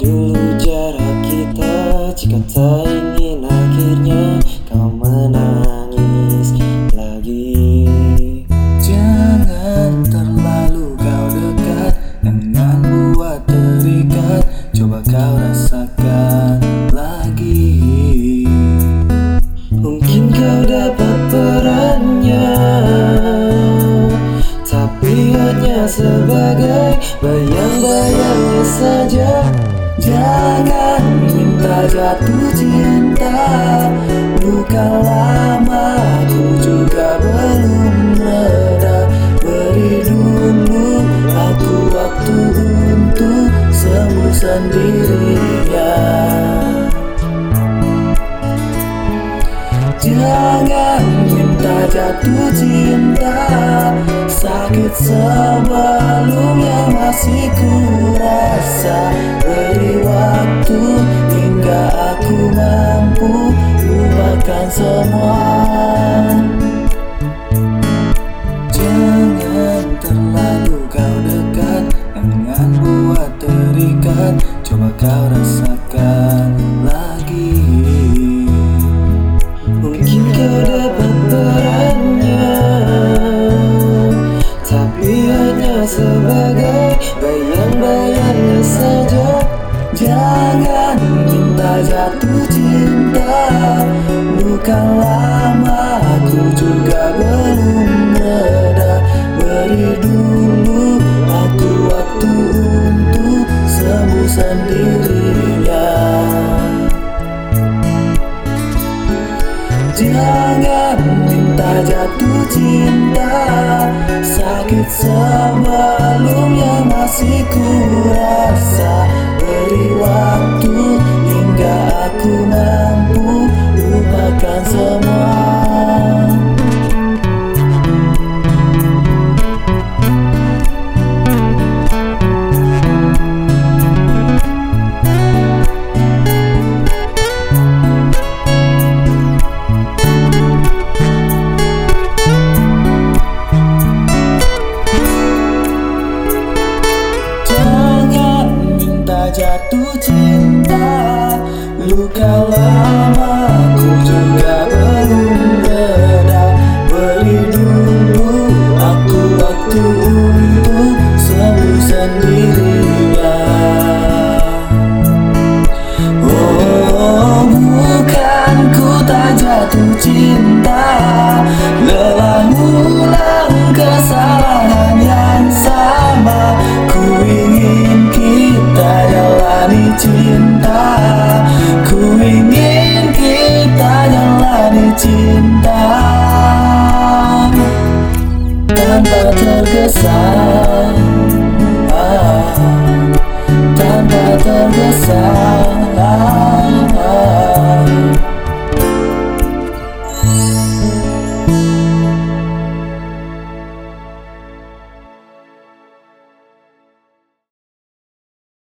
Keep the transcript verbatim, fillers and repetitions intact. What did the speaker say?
dulu jarak kita, jika tak ingin akhirnya kau menangis lagi. Jangan terlalu kau dekat, dengan buat terikat, coba kau rasakan lagi. Mungkin kau dapat perannya, tapi hanya sebagai bayang-bayangnya saja. Jangan minta jatuh cinta, luka lama ku juga belum reda. Beri dulu aku waktu untuk sembuh sendirinya. Jangan minta jatuh cinta, sakit sebelumnya masih ku rasa. Beri waktu hingga aku mampu lupakan semua. Jangan terlalu kau dekat, dengan buat terikat, coba kau rasakan lagi. Mungkin kau dapat perannya, tapi hanya sebagai bayang-bayangnya saja. Jangan minta jatuh cinta, luka lama aku juga belum reda. Beri dulu aku waktu untuk sembuh sendirinya. Jangan minta jatuh cinta, sakit sebelumnya masih ku rasa. Beri waktu hingga aku mampu lupakan semua. Jatuh cinta, luka lama ku juga belum reda. Beri dulu aku waktu untuk sembuh sendirinya. Oh, bukan ku tak jatuh cinta, lelah ulang kesalahan yang sama. Ku ingin kita jalani cinta, ku ingin kita jalani cinta tanpa tergesa.